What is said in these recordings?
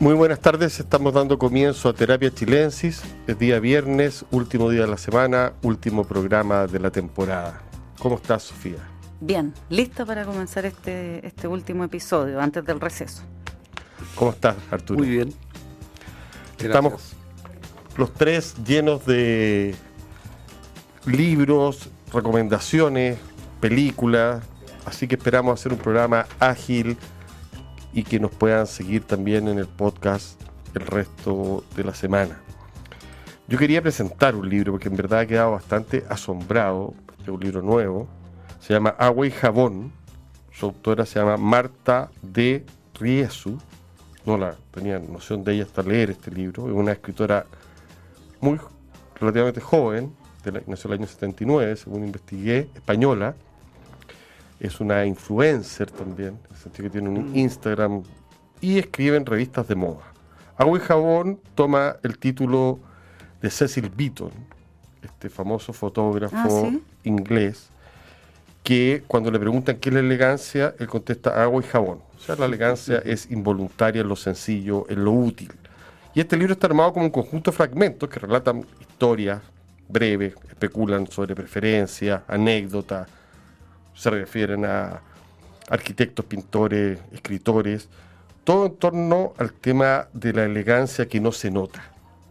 Muy buenas tardes, estamos dando comienzo a Terapia Chilensis. Es día viernes, último día de la semana, último programa de la temporada. ¿Cómo estás, Sofía? Bien, lista para comenzar este último episodio, antes del receso. ¿Cómo estás, Arturo? Muy bien. Gracias. Estamos los tres llenos de libros, recomendaciones, películas, así que esperamos hacer un programa ágil y que nos puedan seguir también en el podcast el resto de la semana. Yo quería presentar un libro porque en verdad he quedado bastante asombrado. Es un libro nuevo, se llama Agua y Jabón. Su autora se llama Marta de Riesu. No tenía noción de ella hasta leer este libro. Es una escritora muy relativamente joven, nació en el año 79, según investigué, española. Es una influencer también, en el sentido que tiene un Instagram y escribe en revistas de moda. Agua y Jabón toma el título de Cecil Beaton, este famoso fotógrafo inglés, que cuando le preguntan qué es la elegancia, él contesta agua y jabón. O sea, la elegancia es involuntaria en lo sencillo, en lo útil. Y este libro está armado como un conjunto de fragmentos que relatan historias breves, especulan sobre preferencias, anécdotas, se refieren a arquitectos, pintores, escritores, todo en torno al tema de la elegancia que no se nota.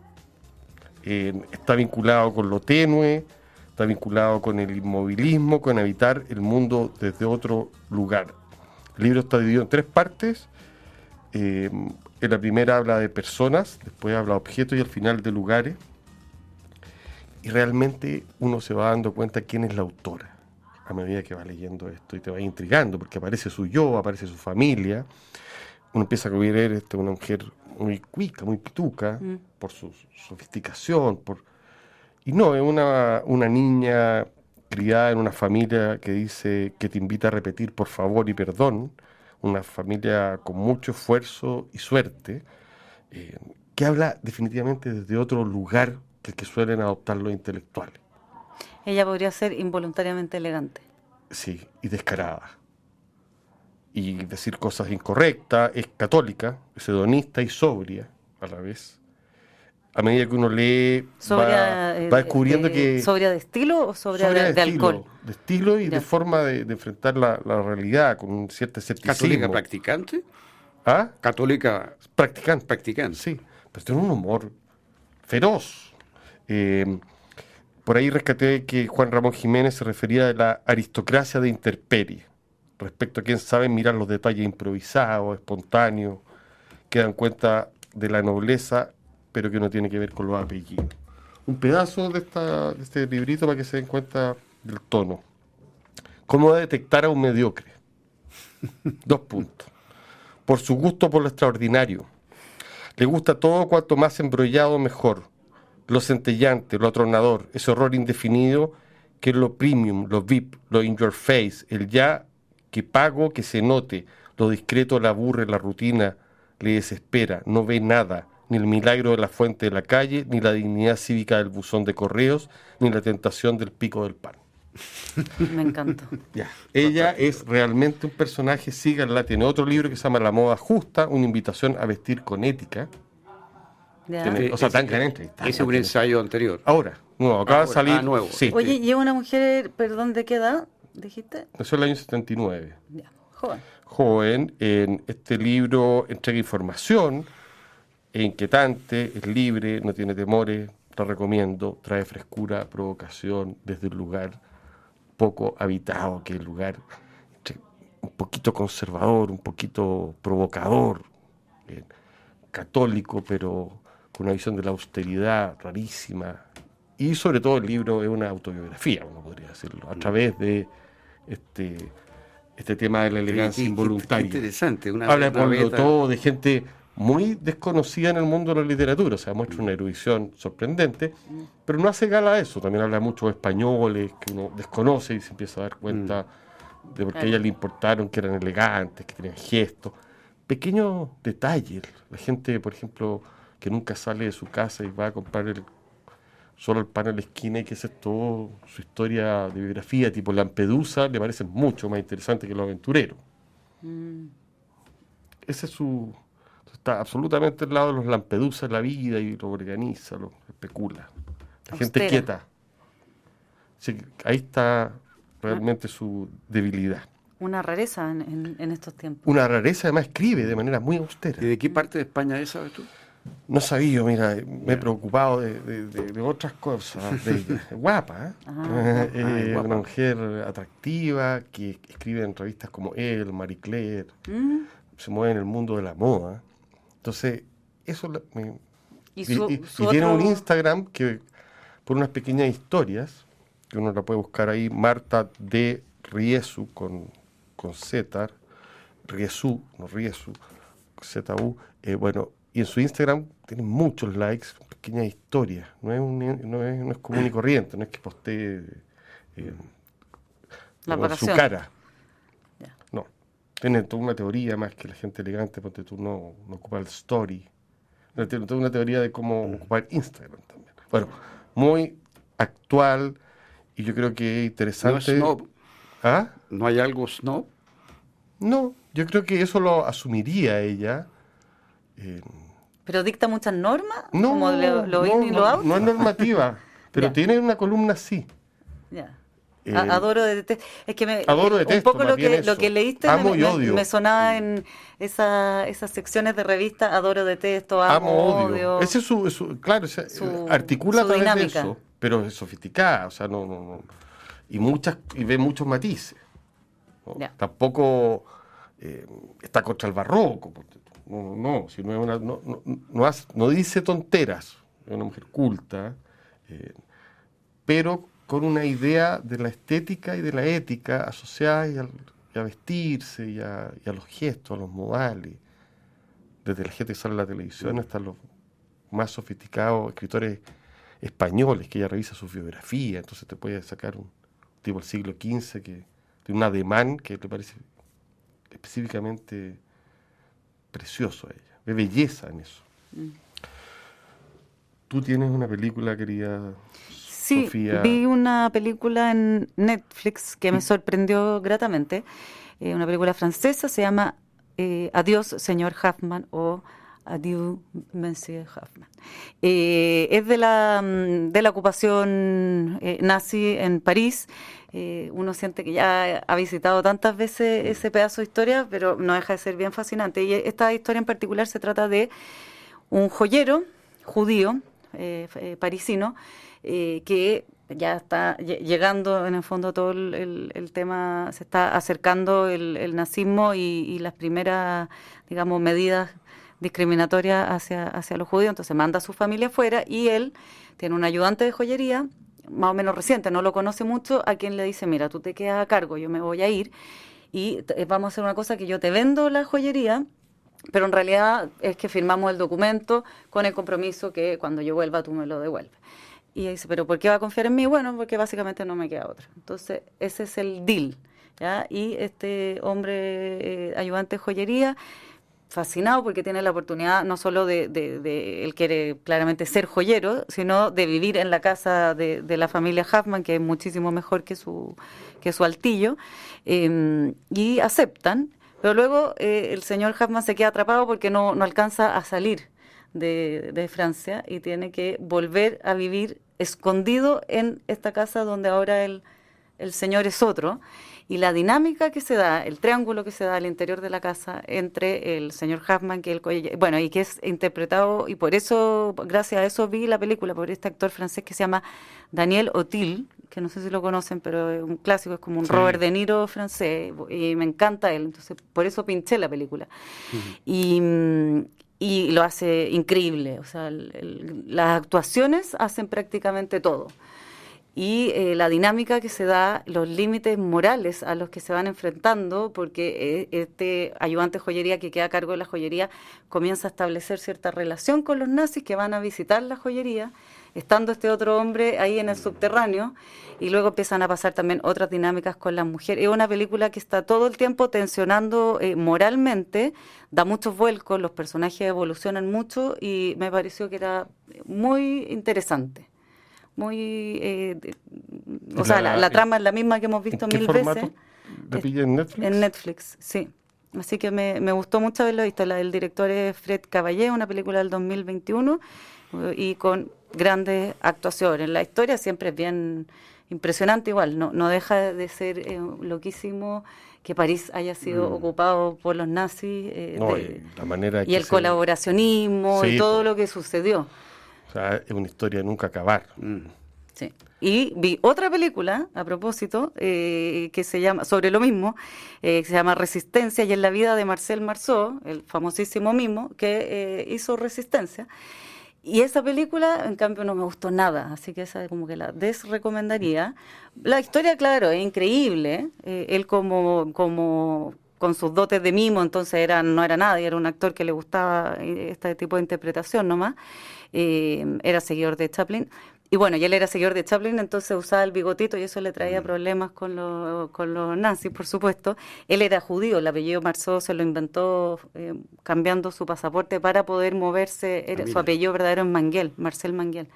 Está vinculado con lo tenue, está vinculado con el inmovilismo, con habitar el mundo desde otro lugar. El libro está dividido en 3 partes. En la primera habla de personas, después habla de objetos y al final de lugares. Y realmente uno se va dando cuenta quién es la autora a medida que va leyendo esto y te va intrigando, porque aparece su yo, aparece su familia. Uno empieza a ver una mujer muy cuica, muy pituca, por su sofisticación, y no, es una niña criada en una familia que dice que te invita a repetir por favor y perdón, una familia con mucho esfuerzo y suerte, que habla definitivamente desde otro lugar que el que suelen adoptar los intelectuales. Ella podría ser involuntariamente elegante. Sí, y descarada. Y decir cosas incorrectas, es católica, es hedonista y sobria a la vez. A medida que uno lee, va descubriendo que... ¿Sobria de estilo o sobria de estilo, alcohol? De estilo y Ya. de forma de enfrentar la realidad con un cierto escepticismo. ¿Católica practicante? ¿Ah? Católica practicante. Sí, pero tiene un humor feroz. Por ahí rescaté que Juan Ramón Jiménez se refería a la aristocracia de intemperie, respecto a quien sabe mirar los detalles improvisados, espontáneos, que dan cuenta de la nobleza, pero que no tiene que ver con los apellidos. Un pedazo de este librito para que se den cuenta del tono. ¿Cómo detectar a un mediocre? 2 puntos. Por su gusto por lo extraordinario. Le gusta todo cuanto más embrollado mejor. Lo centellante, lo atronador, ese horror indefinido que es lo premium, lo VIP, lo in your face, el ya que pago que se note, lo discreto le aburre, la rutina le desespera, no ve nada, ni el milagro de la fuente de la calle, ni la dignidad cívica del buzón de correos, ni la tentación del pico del pan. Me encantó. Ya. Ella es realmente un personaje, síganla, tiene otro libro que se llama La moda justa, una invitación a vestir con ética. Tan carente. Ese es un ensayo anterior. Ahora, no, acaba de salir. Nuevo. Sí. Oye, ¿y una mujer, perdón, de qué edad dijiste? Nació en el año 79. Ya, joven. Joven, en este libro entrega información, es inquietante, es libre, no tiene temores, lo recomiendo, trae frescura, provocación desde un lugar poco habitado, que es el lugar un poquito conservador, un poquito provocador, católico, pero con una visión de la austeridad rarísima. Y sobre todo el libro es una autobiografía, uno podría decirlo, a través de este tema de la elegancia involuntaria. Interesante. Habla de todo, de gente muy desconocida en el mundo de la literatura, o sea, muestra una erudición sorprendente, pero no hace gala a eso. También habla mucho de españoles que uno desconoce y se empieza a dar cuenta de por qué a ella le importaron, que eran elegantes, que tenían gestos. Pequeños detalles. La gente, por ejemplo, que nunca sale de su casa y va a comprar solo el pan en la esquina y que esa es todo su historia de biografía, tipo Lampedusa, le parece mucho más interesante que Los Aventureros. Ese es su está absolutamente al lado de los Lampedusa en la vida y lo organiza, lo especula. La gente Austera. quieta. Así que ahí está realmente su debilidad. Una rareza en estos tiempos. Una rareza, además escribe de manera muy austera. ¿Y de qué parte de España es, sabes tú? No sabía, mira, me he preocupado de otras cosas. De ella. Guapa, ¿eh? guapa. Una mujer atractiva que escribe en revistas como Elle, Marie Claire, se mueve en el mundo de la moda. Entonces, eso Y y su tiene un otro- Instagram que por unas pequeñas historias, que uno la puede buscar ahí, Marta de Riesu con Z, Riesu, no Riesu, ZU, bueno, y en su Instagram tiene muchos likes, pequeñas historias, no es común y corriente, no es que postee Las su vacaciones. cara, Ya. no, tiene toda una teoría más que la gente elegante, porque tú no ocupa el story, tiene toda una teoría de cómo ocupar Instagram también. Bueno, muy actual y yo creo que es interesante. ¿No es snob? ¿Ah? ¿No hay algo snob? No, yo creo que eso lo asumiría ella. Pero dicta muchas normas, No, como lo in y lo out. no es normativa, pero Ya. tiene una columna así. Ya. Eh, Adoro de detesto. Es que adoro un detesto, poco más bien lo eso. que leíste Amo y odio. me sonaba en esas secciones de revista. Adoro, detesto, amo, odio. Ese es claro, articula su a través dinámica. de eso, pero es sofisticada, o sea, y ve muchos matices. ¿No? Ya. Tampoco está contra el barroco. Si no es una, no dice tonteras, es una mujer culta, pero con una idea de la estética y de la ética asociada y a vestirse y a los gestos, a los modales, desde la gente que sale en la televisión hasta los más sofisticados escritores españoles, que ella revisa su biografía, entonces te puede sacar un tipo del siglo XV que tiene un ademán que te parece específicamente precioso a ella, ve belleza en eso. Tú tienes una película, querida Sí, Sofía. vi una película en Netflix que me sorprendió gratamente. Una película francesa, se llama Adiós, señor Hoffman, o Adieu, monsieur Hoffman. Es de la ocupación nazi en París. Uno siente que ya ha visitado tantas veces ese pedazo de historia, pero no deja de ser bien fascinante. Y esta historia en particular se trata de un joyero judío, parisino, que ya está llegando, en el fondo, todo el tema, se está acercando el nazismo y las primeras, digamos, medidas discriminatorias hacia los judíos. Entonces manda a su familia afuera y él tiene un ayudante de joyería, más o menos reciente, no lo conoce mucho, a quien le dice, mira, tú te quedas a cargo, yo me voy a ir y vamos a hacer una cosa, que yo te vendo la joyería, pero en realidad es que firmamos el documento con el compromiso que cuando yo vuelva tú me lo devuelves. Y ella dice, ¿pero por qué va a confiar en mí? Bueno, porque básicamente no me queda otra. Entonces, ese es el deal, ¿ya? Y este hombre, ayudante de joyería, fascinado porque tiene la oportunidad no solo él quiere claramente ser joyero, sino de vivir en la casa de la familia Hoffman, que es muchísimo mejor que su altillo, y aceptan. Pero luego el señor Hoffman se queda atrapado porque no alcanza a salir de Francia y tiene que volver a vivir escondido en esta casa donde ahora el señor es otro. Y la dinámica que se da, el triángulo que se da al interior de la casa entre el señor Hoffman, que y que es interpretado, y por eso, gracias a eso vi la película, por este actor francés que se llama Daniel Auteuil, que no sé si lo conocen, pero es un clásico, es como un Sí. Robert De Niro francés, y me encanta él, entonces por eso pinché la película. Y lo hace increíble, o sea, las actuaciones hacen prácticamente todo. Y la dinámica que se da, los límites morales a los que se van enfrentando, porque este ayudante de joyería que queda a cargo de la joyería comienza a establecer cierta relación con los nazis que van a visitar la joyería, estando este otro hombre ahí en el subterráneo, y luego empiezan a pasar también otras dinámicas con las mujeres. Es una película que está todo el tiempo tensionando moralmente, da muchos vuelcos, los personajes evolucionan mucho y me pareció que era muy interesante. Muy, o sea, la trama es la misma que hemos visto ¿En qué mil formato veces. te pilla en Netflix? En Netflix, sí. Así que me gustó mucho haberlo visto. El director es Fred Caballé, una película del 2021 y con grandes actuaciones. La historia siempre es bien impresionante igual, no deja de ser loquísimo que París haya sido ocupado por los nazis la manera y el colaboracionismo y todo pues, lo que sucedió. O sea, es una historia de nunca acabar. Sí. Y vi otra película, a propósito, que se llama, sobre lo mismo, que se llama Resistencia, y es la vida de Marcel Marceau, el famosísimo mimo, que hizo Resistencia. Y esa película, en cambio, no me gustó nada, así que esa como que la desrecomendaría. La historia, claro, es increíble. Él como con sus dotes de mimo, entonces no era nadie, era un actor que le gustaba este tipo de interpretación nomás. Era seguidor de Chaplin. Y bueno, y él era seguidor de Chaplin, entonces usaba el bigotito y eso le traía problemas con los nazis, por supuesto. Él era judío, el apellido Marceau se lo inventó cambiando su pasaporte para poder moverse. Su apellido verdadero es Manguel, Marcel Manguel.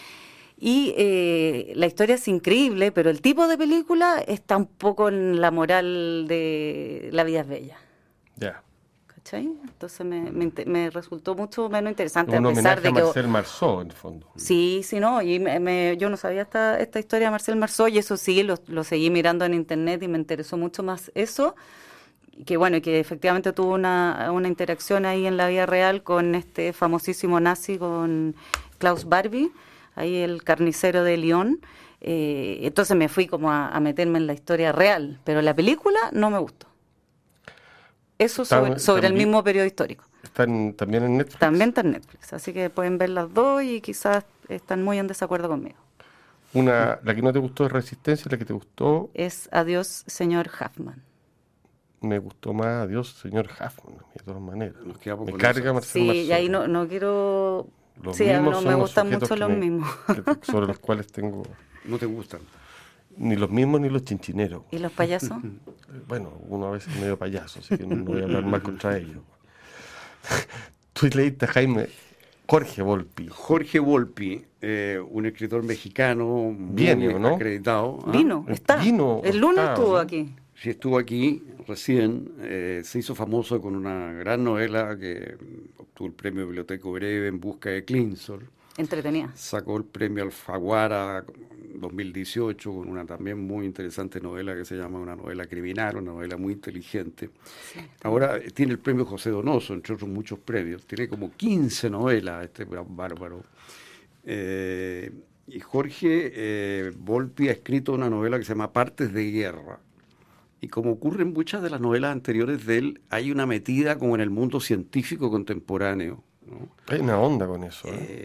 Y la historia es increíble, pero el tipo de película está un poco en la moral de La vida es bella. Ya. ¿Cachai? Entonces me resultó mucho menos interesante. Un a pesar homenaje de a que Marcel Marceau, en el fondo. Sí, no, y yo no sabía esta historia de Marcel Marceau, y eso sí, lo seguí mirando en internet y me interesó mucho más eso, que bueno, y que efectivamente tuvo una interacción ahí en la vida real con este famosísimo nazi, con Klaus Barbie, ahí el carnicero de Lyon. Entonces me fui como a meterme en la historia real, pero la película no me gustó. Eso sobre el mismo periodo histórico. ¿Están también en Netflix? También está en Netflix, así que pueden ver las dos y quizás están muy en desacuerdo conmigo. La que no te gustó es Resistencia, la que te gustó... Es Adiós, señor Hoffman. Me gustó más Adiós, señor Hoffman, de todas maneras. Me carga Marcel Marceau. Sí, y ahí no quiero... Los sí, mismos no son me los gustan sujetos mucho los mismos. sobre los cuales tengo... ¿No te gustan? Ni los mismos ni los chinchineros. ¿Y los payasos? Bueno, uno a veces es medio payaso, así que no voy a hablar mal contra ellos. Tú leíste a Jorge Volpi. Jorge Volpi, un escritor mexicano muy acreditado. Vino, el lunes estuvo aquí. Sí, estuvo aquí recién. Se hizo famoso con una gran novela que obtuvo el premio Biblioteco Breve, En busca de Clinsor. Entretenida. Sacó el premio Alfaguara 2018 con una también muy interesante novela que se llama Una novela criminal, una novela muy inteligente. Sí, ahora tiene el premio José Donoso, entre otros muchos premios. Tiene como 15 novelas este bárbaro. Y Jorge Volpi ha escrito una novela que se llama Partes de guerra. Y como ocurre en muchas de las novelas anteriores de él, hay una metida como en el mundo científico contemporáneo, ¿no? Hay una onda con eso.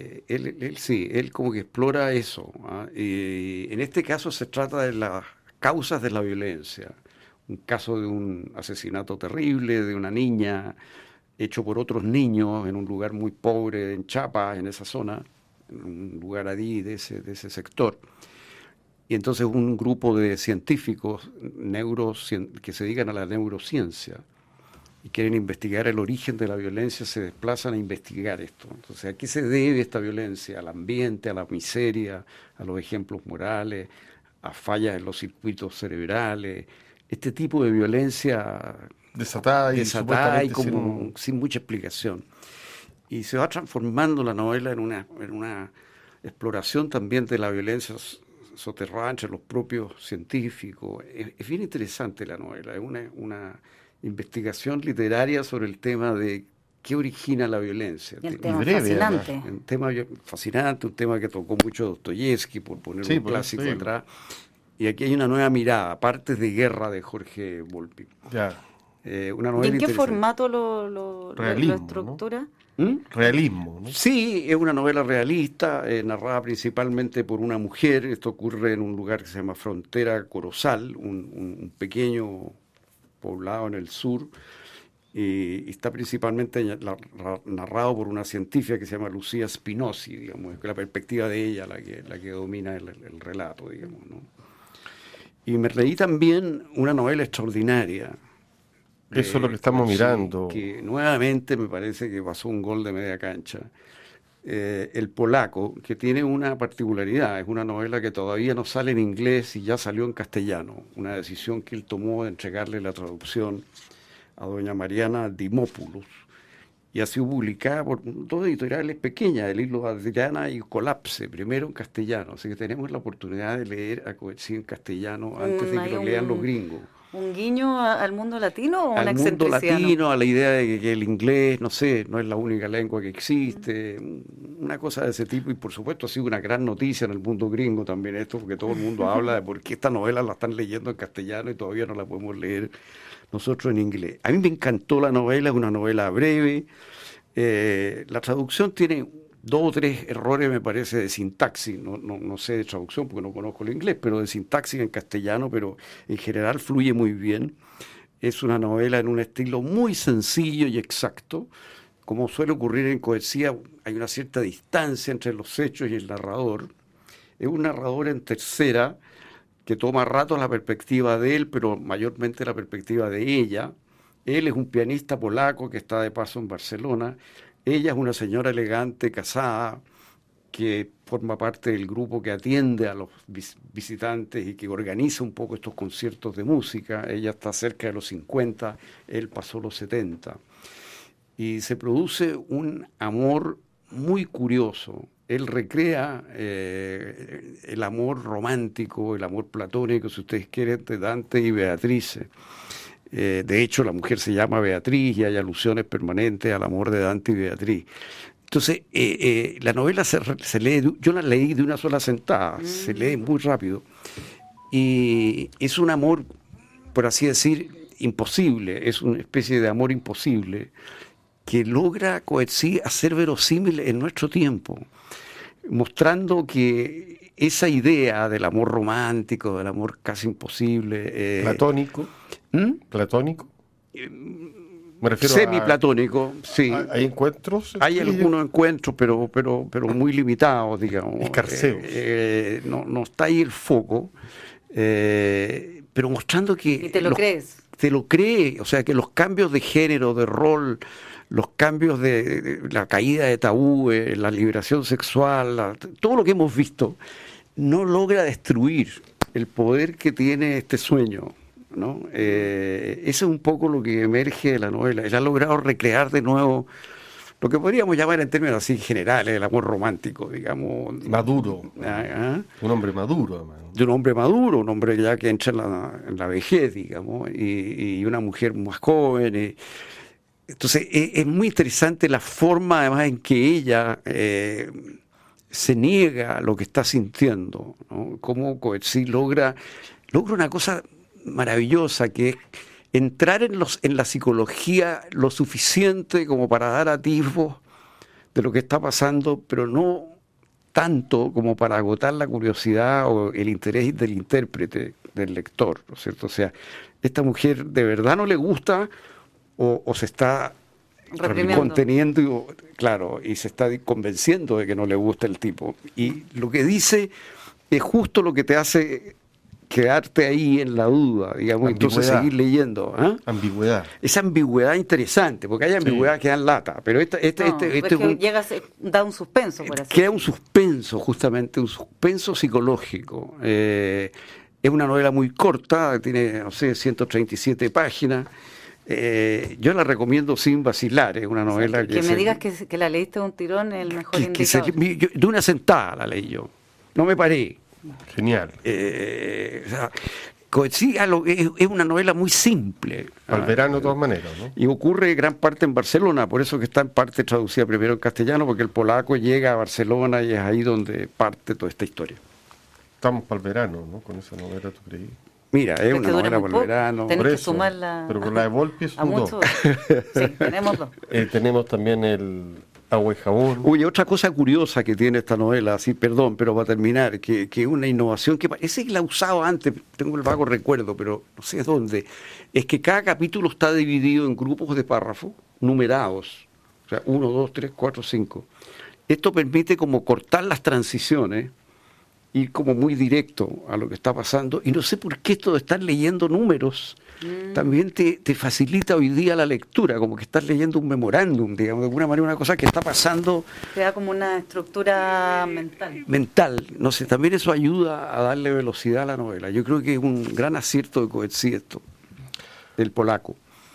Él como que explora eso. Y en este caso se trata de las causas de la violencia. Un caso de un asesinato terrible de una niña hecho por otros niños en un lugar muy pobre, en Chiapas, en esa zona, en un lugar allí de ese sector. Y entonces un grupo de científicos que se dedican a la neurociencia y quieren investigar el origen de la violencia, se desplazan a investigar esto. Entonces, ¿a qué se debe esta violencia? Al ambiente, a la miseria, a los ejemplos morales, a fallas en los circuitos cerebrales. Este tipo de violencia desatada y como sin mucha explicación. Y se va transformando la novela en una exploración también de la violencia soterrada entre los propios científicos. Es bien interesante la novela, es una investigación literaria sobre el tema de qué origina la violencia. Y el tema fascinante. Un tema fascinante, un tema que tocó mucho Dostoyevsky, por poner un clásico atrás. Y aquí hay una nueva mirada, Partes de guerra de Jorge Volpi. Ya. Una novela ¿Y en qué formato lo estructura? ¿no? Realismo, ¿no? Sí, es una novela realista, narrada principalmente por una mujer. Esto ocurre en un lugar que se llama Frontera Corozal, un pequeño poblado en el sur, y está principalmente narrado por una científica que se llama Lucía Spinosi, digamos, es la perspectiva de ella la que domina el relato, digamos, ¿no? Y me leí también una novela extraordinaria. Eso es lo que estamos mirando. Que nuevamente me parece que pasó un gol de media cancha. El Polaco, que tiene una particularidad, es una novela que todavía no sale en inglés y ya salió en castellano. Una decisión que él tomó de entregarle la traducción a doña Mariana Dimopoulos, y ha sido publicada por dos editoriales pequeñas, El Hilo de Adriana y Colapse, primero en castellano. Así que tenemos la oportunidad de leer a Coetzee en castellano antes de que lo lean los gringos. ¿Un guiño al mundo latino o una Al mundo excentricidad? latino, a la idea de que el inglés, no sé, no es la única lengua que existe, una cosa de ese tipo. Y por supuesto ha sido una gran noticia en el mundo gringo también esto, porque todo el mundo habla de por qué esta novela la están leyendo en castellano y todavía no la podemos leer nosotros en inglés. A mí me encantó la novela, es una novela breve. La traducción tiene 2 o 3 errores, me parece, de sintaxis. No sé de traducción porque no conozco el inglés, pero de sintaxis en castellano, pero en general fluye muy bien. Es una novela en un estilo muy sencillo y exacto. Como suele ocurrir en Coetzee, hay una cierta distancia entre los hechos y el narrador. Es un narrador en tercera que toma a ratos la perspectiva de él, pero mayormente la perspectiva de ella. Él es un pianista polaco que está de paso en Barcelona. Ella es una señora elegante, casada, que forma parte del grupo que atiende a los visitantes y que organiza un poco estos conciertos de música. Ella está cerca de los 50, él pasó los 70. Y se produce un amor muy curioso. Él recrea el amor romántico, el amor platónico, si ustedes quieren, de Dante y Beatrice. De hecho, la mujer se llama Beatriz y hay alusiones permanentes al amor de Dante y Beatriz. Entonces, la novela se lee, yo la leí de una sola sentada, se lee muy rápido. Y es un amor, por así decir, imposible, es una especie de amor imposible que logra Coetzee hacer verosímil en nuestro tiempo, mostrando que esa idea del amor romántico, del amor casi imposible... ¿Platónico? ¿Platónico? Me refiero semiplatónico, sí. ¿Hay encuentros? Hay algunos encuentros, pero muy limitados, digamos. Escarceos. No está ahí el foco, pero mostrando que... ¿Y te lo crees? Te lo cree, o sea, que los cambios de género, de rol, los cambios de la caída de tabúes, la liberación sexual, todo lo que hemos visto, no logra destruir el poder que tiene este sueño, ¿no? Eso es un poco lo que emerge de la novela. Él ha logrado recrear de nuevo lo que podríamos llamar en términos así generales el amor romántico, digamos. Maduro. Un hombre maduro, además. De un hombre maduro, un hombre ya que entra en la vejez, digamos, y una mujer más joven. Entonces, es muy interesante la forma, además, en que ella se niega a lo que está sintiendo, ¿no? Cómo Coetzee logra una cosa maravillosa, que es entrar en la psicología lo suficiente como para dar atisbos de lo que está pasando, pero no tanto como para agotar la curiosidad o el interés del intérprete, del lector, ¿no es cierto? O sea, esta mujer de verdad no le gusta o se está conteniendo, claro, y se está convenciendo de que no le gusta el tipo. Y lo que dice es justo lo que te hace quedarte ahí en la duda, digamos, entonces seguir leyendo. Ambigüedad. Esa ambigüedad interesante, porque hay ambigüedad que dan lata, pero da un suspenso, por así queda un suspenso, justamente, un suspenso psicológico. Es una novela muy corta, tiene, no sé, 137 páginas. Yo la recomiendo sin vacilar, es una novela que me digas que la leíste de un tirón, el mejor indicador. De una sentada la leí yo, no me paré. Genial. O sea, Coetzee es una novela muy simple. Al verano de todas maneras, ¿no? Y ocurre gran parte en Barcelona, por eso que está en parte traducida primero en castellano, porque el polaco llega a Barcelona y es ahí donde parte toda esta historia. Estamos para el verano, ¿no? Con esa novela, ¿tú creí? Mira, es una novela para el verano. Tenés que sumarla. Pero con la de Volpi son dos. Sí, tenemos dos. Tenemos también el Agua y Jabón. Oye, otra cosa curiosa que tiene esta novela, sí, perdón, pero para terminar, que es una innovación que parece que la he usado antes, tengo el vago recuerdo, pero no sé dónde, es que cada capítulo está dividido en grupos de párrafos numerados, o sea, 1, 2, 3, 4, 5. Esto permite como cortar las transiciones, ir como muy directo a lo que está pasando, y no sé por qué esto de estar leyendo números también te facilita hoy día la lectura, como que estás leyendo un memorándum, digamos, de alguna manera una cosa que está pasando. Te da como una estructura mental. No sé, también eso ayuda a darle velocidad a la novela. Yo creo que es un gran acierto de Coetzee esto, del polaco.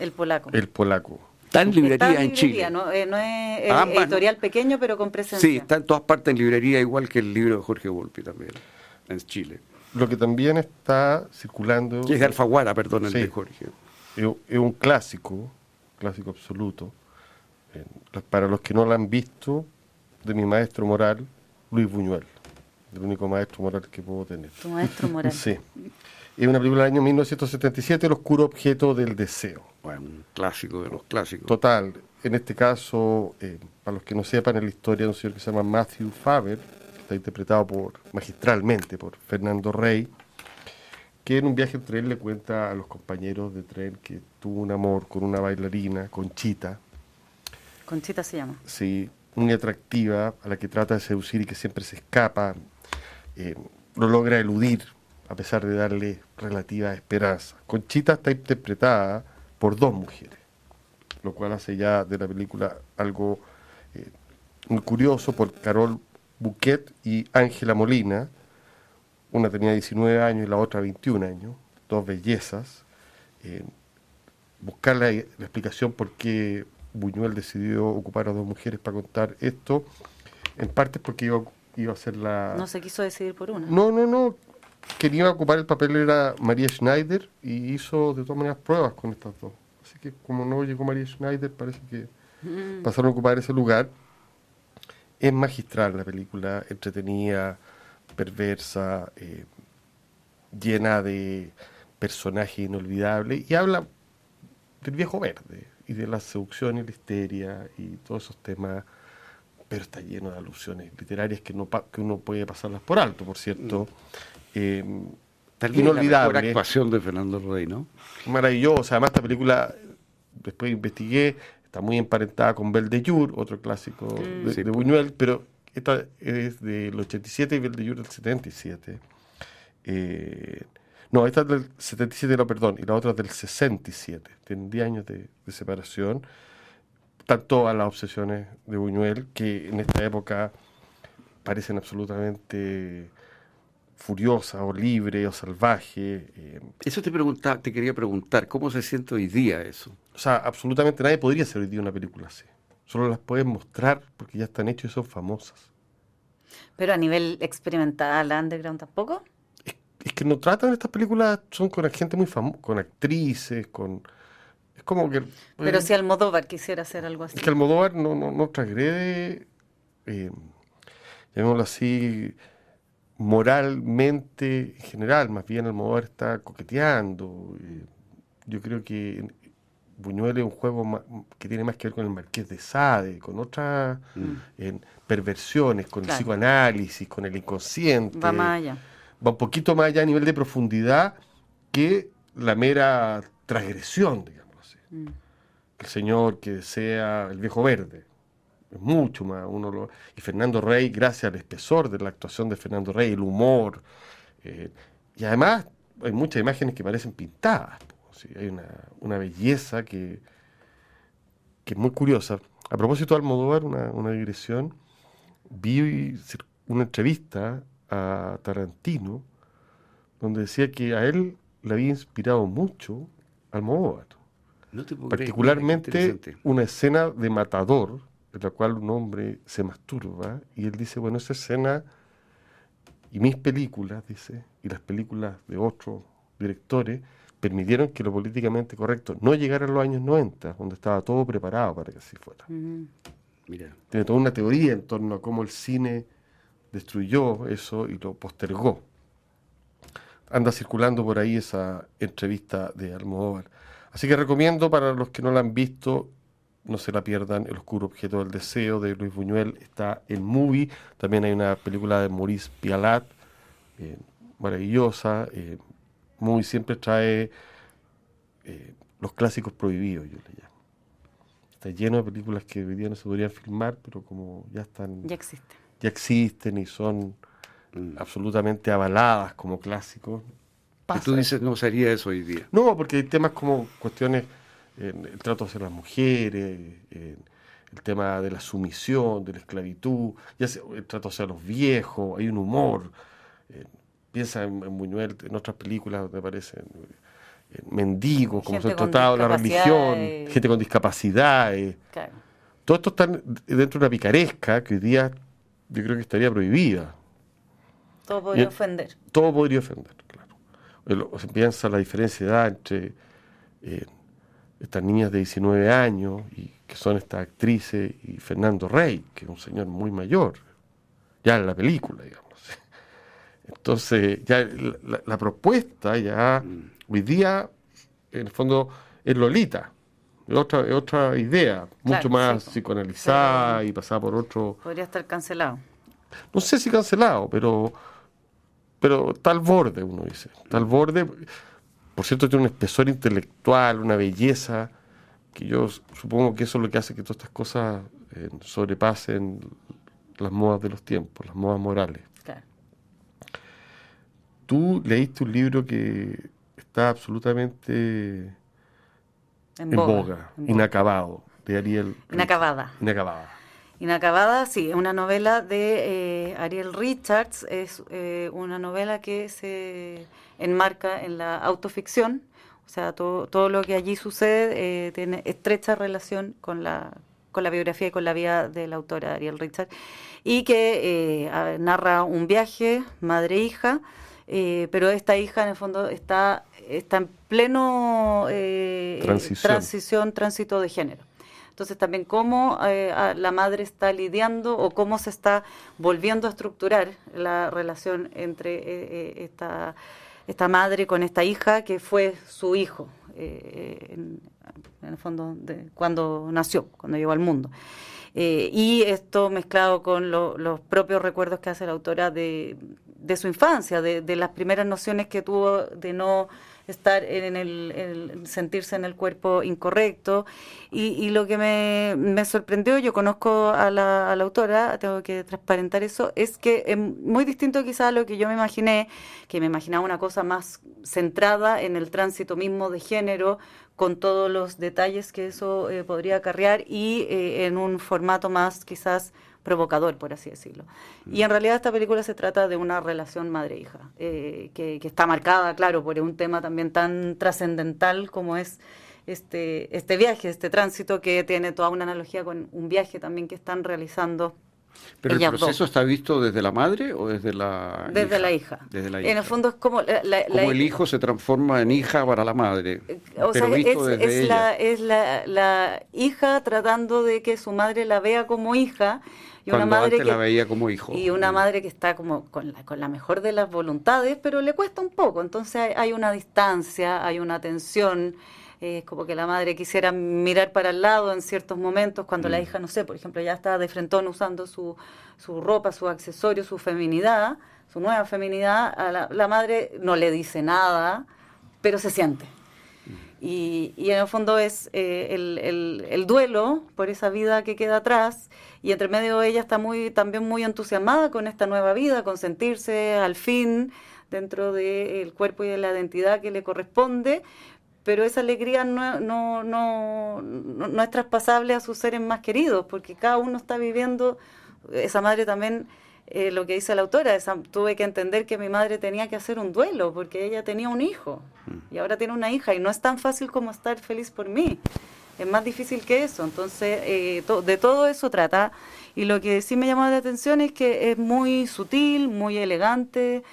El polaco. El polaco. Está en librería Está en Chile. No es Ambas, editorial pequeño, pero con presencia. Sí, está en todas partes en librería, igual que el libro de Jorge Volpi también, en Chile. Lo que también está circulando... Que es de Alfaguara, perdón, el Sí. de Jorge. Es un clásico absoluto. Para los que no lo han visto, de mi maestro moral, Luis Buñuel. El único maestro moral que puedo tener. Tu maestro moral. Sí. Es una película del año 1977, El oscuro objeto del deseo. Bueno, un clásico de los clásicos. Total, en este caso, para los que no sepan, es la historia de un señor que se llama Matthew Faber, que está interpretado magistralmente por Fernando Rey, que en un viaje en tren le cuenta a los compañeros de tren que tuvo un amor con una bailarina, Conchita, Conchita se llama. sí, muy atractiva, a la que trata de seducir y que siempre se escapa, lo logra eludir, a pesar de darle relativa esperanza. Conchita está interpretada por 2 mujeres, lo cual hace ya de la película algo muy curioso, por Carol Bouquet y Ángela Molina. Una tenía 19 años y la otra 21 años, 2 bellezas. Buscar la explicación por qué Buñuel decidió ocupar a 2 mujeres para contar esto, en parte porque iba a ser la... No se quiso decidir por una. No, quien iba a ocupar el papel era María Schneider y hizo de todas maneras pruebas con estas 2. Así que como no llegó María Schneider, parece que pasaron a ocupar ese lugar. Es magistral la película, entretenida, perversa, llena de personajes inolvidables, y habla del viejo verde y de la seducción y la histeria y todos esos temas, pero está lleno de alusiones literarias que uno puede pasarlas por alto, por cierto. Tal vez la Inolvidable, mejor actuación de Fernando Rey, ¿no? maravillosa. Además, esta película, después investigué, está muy emparentada con Belle de Jour, otro clásico Sí. de Buñuel, pero esta es del 87 y Belle de Jour del 77. No, esta es del 77, no, perdón, y la otra es del 67. Tienen 10 años de separación. Están todas las obsesiones de Buñuel, que en esta época parecen absolutamente furiosas, o libres, o salvajes. Eso te quería preguntar, ¿cómo se siente hoy día eso? O sea, absolutamente nadie podría hacer hoy día una película así. Solo las pueden mostrar porque ya están hechas y son famosas. Pero a nivel experimental, underground tampoco. Es que no tratan estas películas, son con gente muy famosa, con actrices, es como que... Pero si Almodóvar quisiera hacer algo así. Es que Almodóvar no transgrede, llamémoslo así, moralmente en general. Más bien Almodóvar está coqueteando. Yo creo que Buñuel es un juego que tiene más que ver con el Marqués de Sade, con otras perversiones, con el Claro. psicoanálisis, con el inconsciente. Va más allá. Va un poquito más allá a nivel de profundidad que la mera transgresión, digamos así. El señor que desea el viejo verde. Es mucho más. Y Fernando Rey, gracias al espesor de la actuación de Fernando Rey, el humor. Y además hay muchas imágenes que parecen pintadas. ¿Sí? Hay una belleza que es muy curiosa. A propósito de Almodóvar, una digresión, vi una entrevista a Tarantino donde decía que a él le había inspirado mucho Almodóvar. No te puedo creer, Particularmente qué interesante. una escena de Matador, en la cual un hombre se masturba, y él dice, bueno, esa escena y mis películas, dice, y las películas de otros directores, permitieron que lo políticamente correcto no llegara a los años 90, donde estaba todo preparado para que así fuera. Mira, Tiene toda una teoría en torno a cómo el cine destruyó eso y lo postergó. Anda circulando por ahí esa entrevista de Almodóvar. Así que recomiendo para los que no la han visto, no se la pierdan, El oscuro objeto del deseo de Luis Buñuel. Está en Movie. También hay una película de Maurice Pialat, maravillosa. Movie siempre trae los clásicos prohibidos, yo le llamo. Está lleno de películas que hoy día no se podrían filmar, pero como ya están, ya existen y son absolutamente avaladas como clásicos. y tú dices, no sería eso hoy día. No, porque hay temas como cuestiones, el trato hacia las mujeres, el tema de la sumisión, de la esclavitud, el trato hacia los viejos, hay un humor. Piensa en Buñuel, en otras películas donde aparecen mendigos, cómo Gente son con tratados, la religión, discapacidades. gente con discapacidad. Claro. Todo esto está dentro de una picaresca que hoy día yo creo que estaría prohibida. Todo podría Y- ofender. Todo podría ofender, claro. Se piensa la diferencia de edad entre estas niñas de 19 años, y que son estas actrices, y Fernando Rey, que es un señor muy mayor, ya en la película, digamos. Entonces, ya la propuesta ya hoy día, en el fondo, es Lolita. Es otra idea, mucho Claro, más sí, po. psicoanalizada y pasada por otro, Podría estar cancelado. no sé si cancelado, pero está al borde, uno dice. Está al borde. Por cierto, tiene un espesor intelectual, una belleza, que yo supongo que eso es lo que hace que todas estas cosas sobrepasen las modas de los tiempos, las modas morales. Claro. Tú leíste un libro que está absolutamente en boga, En boga. inacabado, de Ariel Richard. Inacabada. Inacabada. Inacabada, sí, es una novela de Ariel Richards, es una novela que se enmarca en la autoficción, o sea, todo lo que allí sucede tiene estrecha relación con la biografía y con la vida de la autora Ariel Richards, y que narra un viaje, madre-hija, pero esta hija en el fondo está en pleno tránsito de género. Entonces también cómo la madre está lidiando o cómo se está volviendo a estructurar la relación entre esta madre con esta hija que fue su hijo, en el fondo, cuando nació, cuando llegó al mundo. Y esto mezclado con los propios recuerdos que hace la autora de su infancia, de las primeras nociones que tuvo de no estar en sentirse en el cuerpo incorrecto, y lo que me sorprendió, yo conozco a la autora, tengo que transparentar eso, es que es muy distinto quizás a lo que yo me imaginé, que me imaginaba una cosa más centrada en el tránsito mismo de género, con todos los detalles que eso podría acarrear, y en un formato más quizás provocador, por así decirlo. Y en realidad esta película se trata de una relación madre-hija, que está marcada, claro, por un tema también tan trascendental como es este viaje, este tránsito, que tiene toda una analogía con un viaje también que están realizando. ¿Pero el ellas proceso dos. ¿Está visto desde la madre o desde la Desde hija? la hija. Desde la En el hija. fondo es como... Como el hijo se transforma en hija para la madre, O pero sea, visto desde ella. es la hija tratando de que su madre la vea como hija, y una Cuando madre antes la veía como hijo. y una madre que está como con la mejor de las voluntades, pero le cuesta un poco. Entonces hay una distancia, hay una tensión. Es como que la madre quisiera mirar para el lado en ciertos momentos, cuando la hija, no sé, por ejemplo, ya está de frentón usando su ropa, su accesorio, su feminidad, su nueva feminidad. A la madre no le dice nada, pero se siente. Y en el fondo es el duelo por esa vida que queda atrás, y entre medio ella está también muy entusiasmada con esta nueva vida, con sentirse al fin dentro del cuerpo y de la identidad que le corresponde, pero esa alegría no es traspasable a sus seres más queridos, porque cada uno está viviendo. Esa madre también, lo que dice la autora, tuve que entender que mi madre tenía que hacer un duelo, porque ella tenía un hijo, y ahora tiene una hija, y no es tan fácil como estar feliz por mí, es más difícil que eso. Entonces, de todo eso trata, y lo que sí me llamó la atención es que es muy sutil, muy elegante.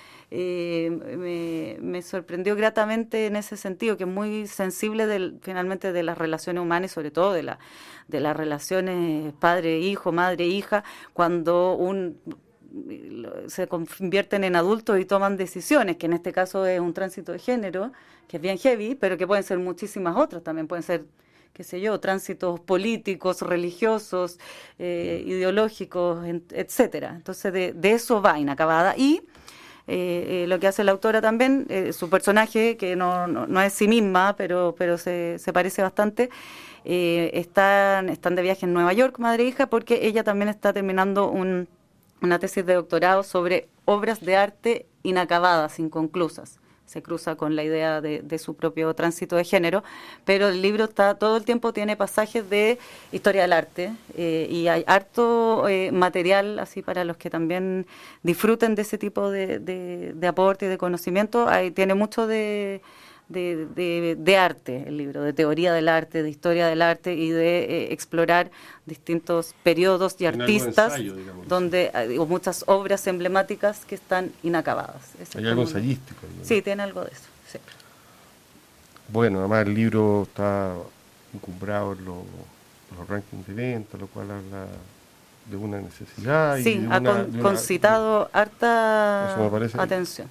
Me sorprendió gratamente en ese sentido, que es muy sensible finalmente de las relaciones humanas, y sobre todo de las relaciones padre-hijo, madre-hija, cuando se convierten en adultos y toman decisiones, que en este caso es un tránsito de género, que es bien heavy, pero que pueden ser muchísimas otras, también pueden ser, qué sé yo, tránsitos políticos, religiosos, ideológicos, etcétera. Entonces de eso va Inacabada. Y lo que hace la autora también, su personaje, que no es sí misma, pero se parece bastante, están de viaje en Nueva York, madre e hija, porque ella también está terminando una tesis de doctorado sobre obras de arte inacabadas, inconclusas. Se cruza con la idea de su propio tránsito de género, pero el libro todo el tiempo tiene pasajes de historia del arte, y hay harto material así para los que también disfruten de ese tipo de aporte y de conocimiento. Tiene mucho de de arte, el libro, de teoría del arte, de historia del arte y de explorar distintos periodos y Tiene algo de artistas ensayo, digamos. donde o muchas obras emblemáticas que están inacabadas. Ese Hay es algo como- ensayístico. ¿No? Sí, tiene algo de eso. Sí. Bueno, además el libro está encumbrado en los rankings de venta, lo cual habla de una necesidad. y Sí, de ha una- de una- concitado harta Eso me parece- atención.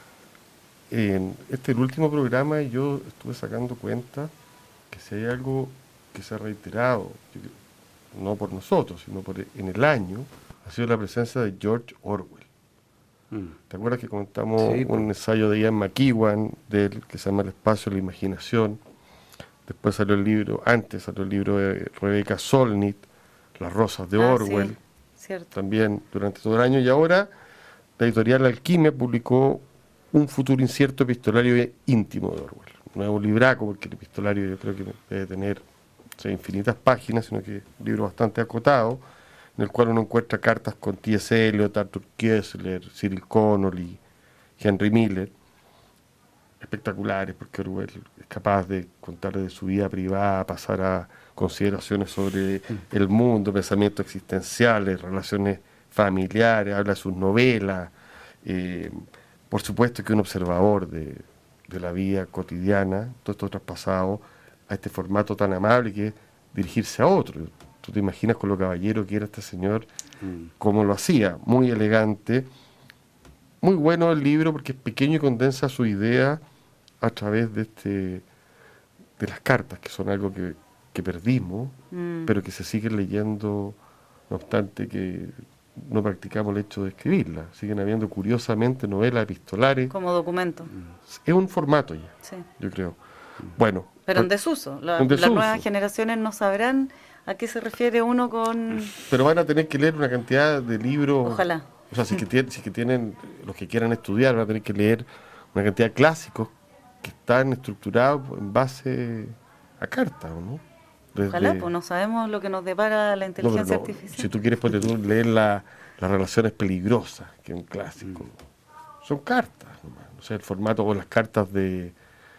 En el último programa yo estuve sacando cuenta que si hay algo que se ha reiterado, no por nosotros, sino en el año, ha sido la presencia de George Orwell. ¿Te acuerdas que comentamos Sí, un ensayo de Ian McEwan, que se llama El espacio de la imaginación? Después salió el libro, antes salió el libro de Rebecca Solnit, Las rosas de Orwell, Sí, cierto. también durante todo el año, y ahora la editorial Alquimia publicó Un futuro incierto epistolario íntimo de Orwell. No es un libraco, porque el epistolario yo creo que debe tener infinitas páginas, sino que es un libro bastante acotado, en el cual uno encuentra cartas con T.S. Eliot, Arthur Koestler, Cyril Connolly, Henry Miller, espectaculares, porque Orwell es capaz de contar de su vida privada, pasar a consideraciones sobre el mundo, pensamientos existenciales, relaciones familiares, habla de sus novelas, por supuesto que un observador de la vida cotidiana, todo esto traspasado a este formato tan amable que es dirigirse a otro. Tú te imaginas con lo caballero que era este señor, cómo lo hacía, muy elegante, muy bueno el libro porque es pequeño y condensa su idea a través de las cartas, que son algo que perdimos, pero que se siguen leyendo, no obstante que no practicamos el hecho de escribirlas. Siguen habiendo curiosamente novelas epistolares. Como documento. Es un formato ya, Sí. yo creo. Bueno. Pero en desuso. en desuso. Las nuevas generaciones no sabrán a qué se refiere uno con... Pero van a tener que leer una cantidad de libros. Ojalá. O sea, si que tienen, los que quieran estudiar, van a tener que leer una cantidad de clásicos que están estructurados en base a cartas, ¿no? Ojalá, pues no sabemos lo que nos depara la inteligencia artificial. Si tú quieres, pues, tú leer las relaciones peligrosas, que es un clásico. Son cartas, nomás. O sea, el formato con las cartas de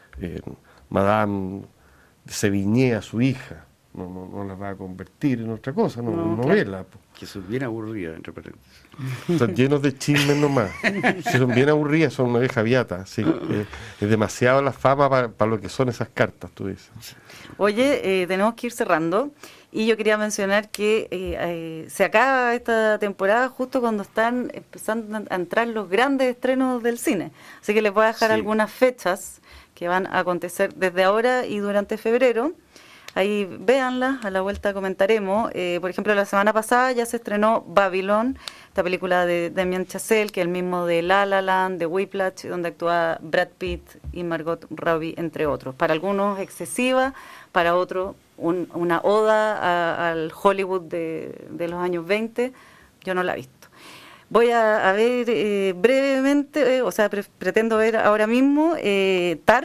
Madame de Sévigné a su hija. No las va a convertir en otra cosa, no, novela. Claro. Que son bien aburridas, entre paréntesis. Son llenos de chismes nomás. Si son bien aburridas, son una vieja viata. Sí. Es demasiado la fama para lo que son esas cartas, tú dices. Oye, tenemos que ir cerrando. Y yo quería mencionar que se acaba esta temporada justo cuando están empezando a entrar los grandes estrenos del cine. Así que les voy a dejar algunas fechas que van a acontecer desde ahora y durante febrero. Ahí véanlas, a la vuelta comentaremos. Por ejemplo, la semana pasada ya se estrenó Babylon, esta película de Damien Chazelle, que es el mismo de La La Land, de Whiplash, donde actúa Brad Pitt y Margot Robbie, entre otros. Para algunos excesiva, para otros una oda al Hollywood de los años 20. Yo no la he visto. Voy a ver brevemente, pretendo ver ahora mismo Tar,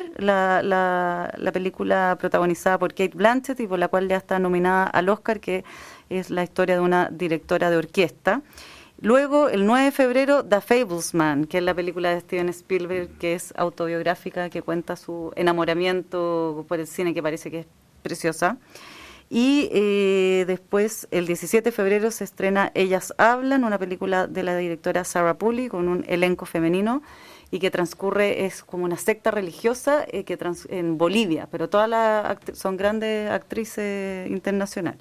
la película protagonizada por Cate Blanchett y por la cual ya está nominada al Oscar, que es la historia de una directora de orquesta. Luego, el 9 de febrero, The Fablesman, que es la película de Steven Spielberg, que es autobiográfica, que cuenta su enamoramiento por el cine, que parece que es preciosa. Y después, el 17 de febrero, se estrena Ellas Hablan, una película de la directora Sarah Polley, con un elenco femenino, y que transcurre, es como una secta religiosa en Bolivia, pero todas son grandes actrices internacionales.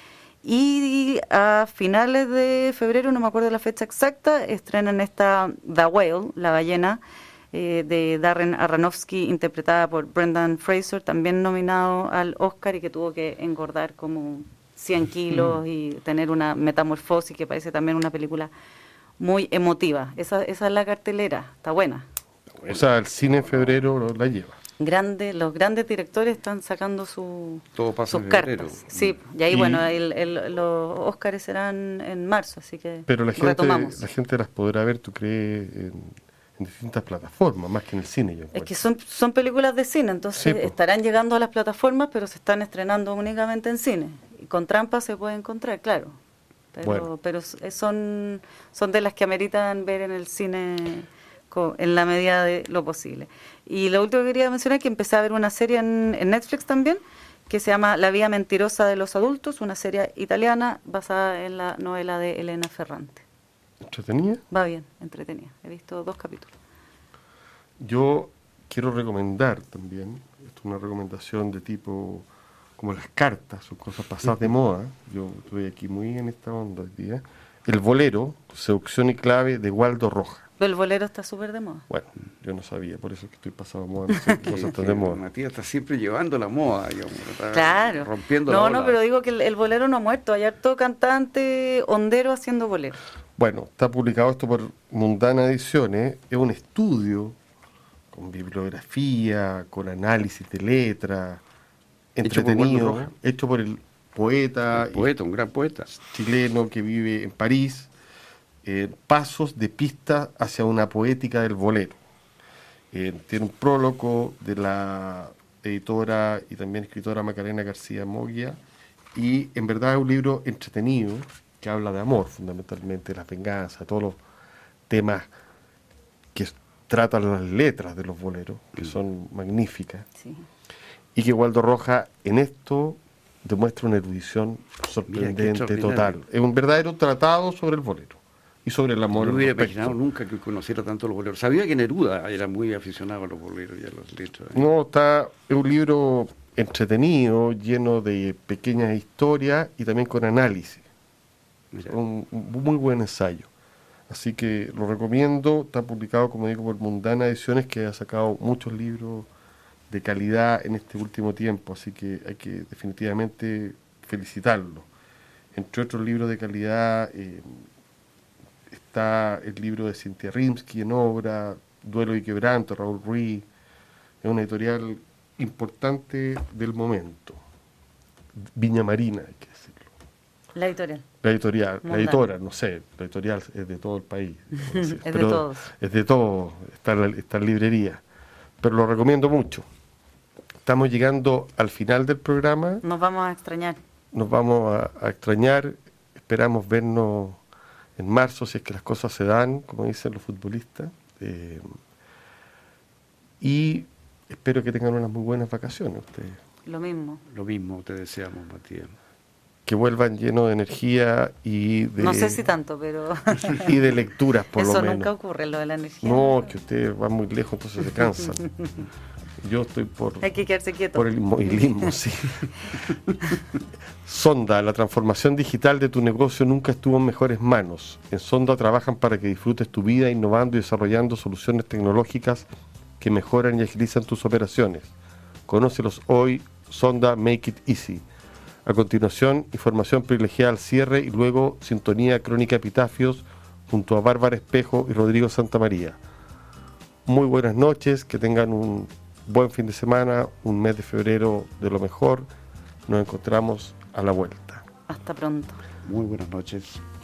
Y a finales de febrero, no me acuerdo la fecha exacta, estrenan esta The Whale, La Ballena, de Darren Aronofsky, interpretada por Brendan Fraser, también nominado al Oscar y que tuvo que engordar como 100 kilos y tener una metamorfosis, que parece también una película muy emotiva. Esa es la cartelera, está buena. O sea, el cine en febrero la lleva. Los grandes directores están sacando sus febrero. cartas. Sí, y ahí, bueno, los Óscares serán en marzo, así que pero la retomamos. La gente las podrá ver, ¿tú crees, en distintas plataformas, más que en el cine? Es que son películas de cine, entonces estarán llegando a las plataformas, pero se están estrenando únicamente en cine. Y con trampa se puede encontrar, claro. Pero son de las que ameritan ver en el cine en la medida de lo posible. Y lo último que quería mencionar es que empecé a ver una serie en Netflix también, que se llama La vida mentirosa de los adultos, una serie italiana basada en la novela de Elena Ferrante. ¿Entretenida? Va bien, entretenida. He visto 2 capítulos. Yo quiero recomendar también, esto es una recomendación de tipo como las cartas, son cosas pasadas de moda. Yo estoy aquí muy en esta onda hoy día. El bolero, seducción y clave, de Waldo Roja. Pero el bolero está súper de moda. Bueno, yo no sabía, por eso es que estoy pasado de moda, no sé qué cosas están de moda. Matías está siempre llevando la moda, digamos, está Claro. rompiendo la ola. No, pero digo que el bolero no ha muerto. Hay harto cantante hondero haciendo bolero. Bueno, está publicado esto por Mundana Ediciones. Es un estudio con bibliografía, con análisis de letra, Hecho por Waldo entretenido, Roja. hecho por el poeta, Un gran poeta. chileno que vive en París. Pasos de pista hacia una poética del bolero. Tiene un prólogo de la editora y también escritora Macarena García Moguia, y en verdad es un libro entretenido que habla de amor, fundamentalmente, de las venganzas, todos los temas que tratan las letras de los boleros, que son magníficas, Sí. y que Waldo Roja en esto demuestra una erudición sorprendente, extraordinario. total. Es un verdadero tratado sobre el bolero y sobre el amor. No al hubiera respecto. imaginado nunca que conociera tanto los boleros. Sabía que Neruda era muy aficionado a los boleros y a las letras. No, es un libro entretenido, lleno de pequeñas historias y también con análisis. Mira. Un muy buen ensayo. Así que lo recomiendo. Está publicado, como digo, por Mundana Ediciones, que ha sacado muchos libros de calidad en este último tiempo. Así que hay que definitivamente felicitarlo. Entre otros libros de calidad está el libro de Cintia Rimsky en obra, Duelo y Quebranto, Raúl Ruiz. Es una editorial importante del momento. Viña Marina, hay que decirlo. La editorial. La editorial, la Mundana. editora, no sé, la editorial es de todo el país. Es de pero todos. Es de todo, está en librería. Pero lo recomiendo mucho. Estamos llegando al final del programa, Nos vamos a extrañar. nos vamos a extrañar, esperamos vernos en marzo si es que las cosas se dan, como dicen los futbolistas. Y espero que tengan unas muy buenas vacaciones ustedes. Lo mismo. Lo mismo te deseamos, Matías. Que vuelvan llenos de energía y de, No sé si tanto, pero y de lecturas, por eso lo menos. nunca ocurre, lo de la energía. No, que ustedes van muy lejos, entonces se cansan. Yo estoy Hay que quedarse quieto. por el inmovilismo, sí. Sonda, la transformación digital de tu negocio nunca estuvo en mejores manos. En Sonda trabajan para que disfrutes tu vida innovando y desarrollando soluciones tecnológicas que mejoran y agilizan tus operaciones. Conócelos hoy, Sonda Make It Easy. A continuación, información privilegiada al cierre y luego sintonía crónica epitafios junto a Bárbara Espejo y Rodrigo Santamaría. Muy buenas noches, que tengan un buen fin de semana, un mes de febrero de lo mejor. Nos encontramos a la vuelta. Hasta pronto. Muy buenas noches.